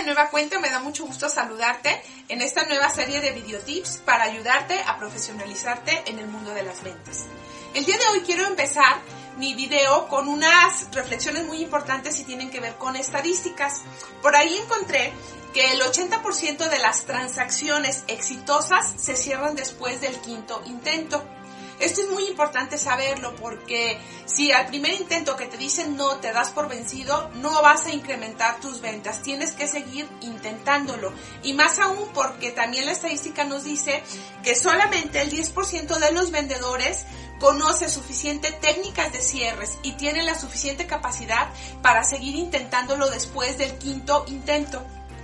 nueva cuenta, me da mucho gusto saludarte en esta nueva serie de videotips para ayudarte a profesionalizarte en el mundo de las ventas. El día de hoy quiero empezar mi video con unas reflexiones muy importantes y tienen que ver con estadísticas. Por ahí encontré que el 80% de las transacciones exitosas se cierran después del quinto intento. Esto es muy importante saberlo porque si al primer intento que te dicen no te das por vencido, no vas a incrementar tus ventas. Tienes que seguir intentándolo. Y más aún porque también la estadística nos dice que solamente el 10% de los vendedores conoce suficiente técnicas de cierres y tiene la suficiente capacidad para seguir intentándolo después del quinto intento.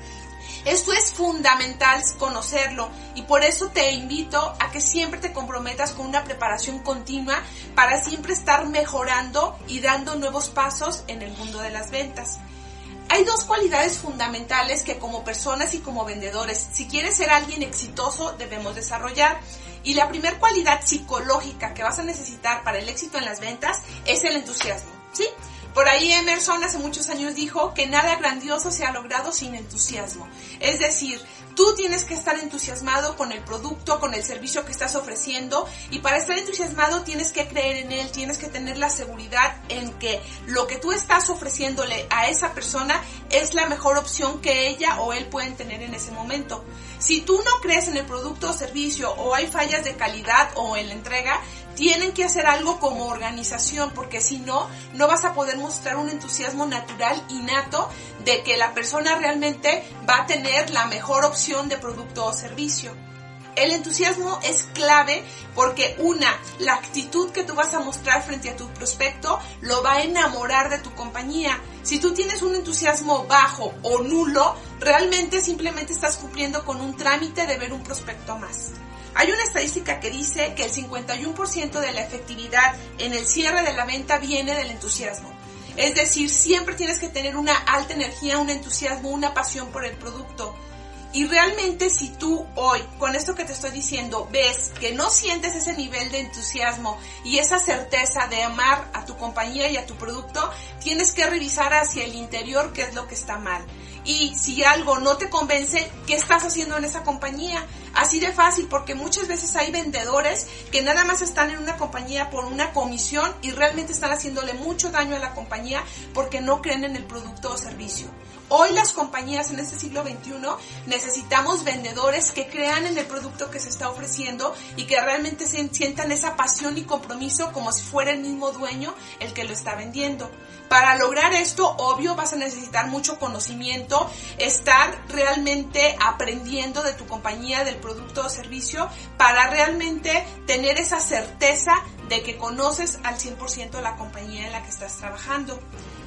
Esto es fundamental conocerlo y por eso te invito a que siempre te comprometas con una preparación continua para siempre estar mejorando y dando nuevos pasos en el mundo de las ventas. Hay dos cualidades fundamentales que como personas y como vendedores, si quieres ser alguien exitoso, debemos desarrollar. Y la primera cualidad psicológica que vas a necesitar para el éxito en las ventas es el entusiasmo, ¿sí? Por ahí Emerson hace muchos años dijo que nada grandioso se ha logrado sin entusiasmo. Es decir, tú tienes que estar entusiasmado con el producto, con el servicio que estás ofreciendo y para estar entusiasmado tienes que creer en él, tienes que tener la seguridad en que lo que tú estás ofreciéndole a esa persona es la mejor opción que ella o él pueden tener en ese momento. Si tú no crees en el producto o servicio o hay fallas de calidad o en la entrega, tienen que hacer algo como organización porque si no, no vas a poder mostrar un entusiasmo natural, innato, de que la persona realmente va a tener la mejor opción de producto o servicio. El entusiasmo es clave porque la actitud que tú vas a mostrar frente a tu prospecto lo va a enamorar de tu compañía. Si tú tienes un entusiasmo bajo o nulo, realmente simplemente estás cumpliendo con un trámite de ver un prospecto más. Hay una estadística que dice que el 51% de la efectividad en el cierre de la venta viene del entusiasmo. Es decir, siempre tienes que tener una alta energía, un entusiasmo, una pasión por el producto. Y realmente si tú hoy, con esto que te estoy diciendo, ves que no sientes ese nivel de entusiasmo y esa certeza de amar a tu compañía y a tu producto, tienes que revisar hacia el interior qué es lo que está mal. Y si algo no te convence, ¿qué estás haciendo en esa compañía? Así de fácil, porque muchas veces hay vendedores que nada más están en una compañía por una comisión y realmente están haciéndole mucho daño a la compañía porque no creen en el producto o servicio. Hoy las compañías en este siglo XXI necesitamos vendedores que crean en el producto que se está ofreciendo y que realmente sientan esa pasión y compromiso como si fuera el mismo dueño el que lo está vendiendo. Para lograr esto, obvio, vas a necesitar mucho conocimiento, estar realmente aprendiendo de tu compañía, del producto o servicio, para realmente tener esa certeza de que conoces al 100% la compañía en la que estás trabajando.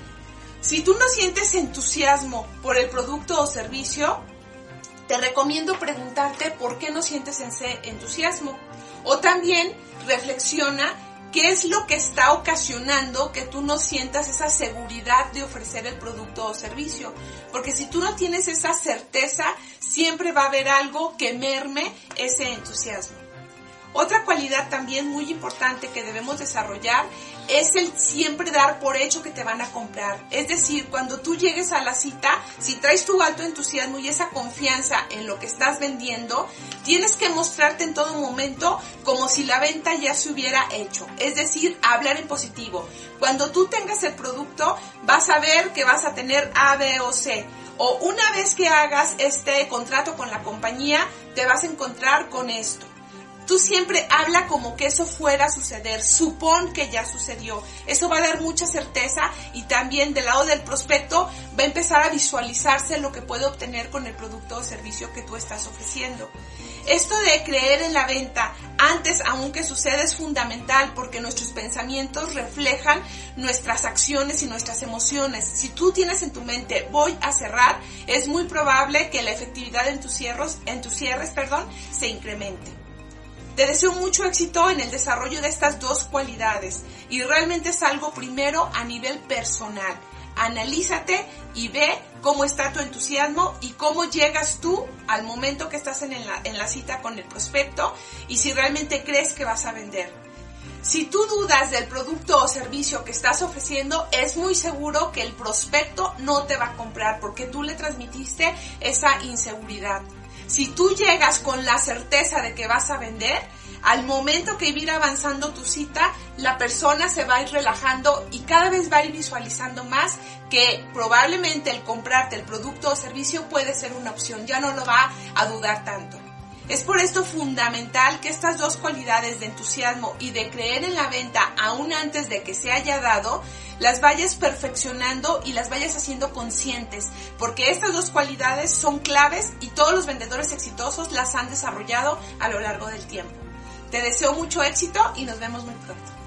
Si tú no sientes entusiasmo por el producto o servicio, te recomiendo preguntarte por qué no sientes ese entusiasmo. O también reflexiona qué es lo que está ocasionando que tú no sientas esa seguridad de ofrecer el producto o servicio. Porque si tú no tienes esa certeza, siempre va a haber algo que merme ese entusiasmo. Otra cualidad también muy importante que debemos desarrollar es el siempre dar por hecho que te van a comprar. Es decir, cuando tú llegues a la cita, si traes tu alto entusiasmo y esa confianza en lo que estás vendiendo, tienes que mostrarte en todo momento como si la venta ya se hubiera hecho. Es decir, hablar en positivo. Cuando tú tengas el producto, vas a ver que vas a tener A, B o C. O una vez que hagas este contrato con la compañía, te vas a encontrar con esto. Tú siempre habla como que eso fuera a suceder, supón que ya sucedió. Eso va a dar mucha certeza y también del lado del prospecto va a empezar a visualizarse lo que puede obtener con el producto o servicio que tú estás ofreciendo. Esto de creer en la venta antes aún que suceda es fundamental porque nuestros pensamientos reflejan nuestras acciones y nuestras emociones. Si tú tienes en tu mente voy a cerrar, es muy probable que la efectividad en tus cierres, se incremente. Te deseo mucho éxito en el desarrollo de estas dos cualidades y realmente es algo primero a nivel personal. Analízate y ve cómo está tu entusiasmo y cómo llegas tú al momento que estás en la cita con el prospecto y si realmente crees que vas a vender. Si tú dudas del producto o servicio que estás ofreciendo, es muy seguro que el prospecto no te va a comprar porque tú le transmitiste esa inseguridad. Si tú llegas con la certeza de que vas a vender, al momento que va a ir avanzando tu cita, la persona se va a ir relajando y cada vez va a ir visualizando más que probablemente el comprarte el producto o servicio puede ser una opción, ya no lo va a dudar tanto. Es por esto fundamental que estas dos cualidades de entusiasmo y de creer en la venta aún antes de que se haya dado, las vayas perfeccionando y las vayas haciendo conscientes, porque estas dos cualidades son claves y todos los vendedores exitosos las han desarrollado a lo largo del tiempo. Te deseo mucho éxito y nos vemos muy pronto.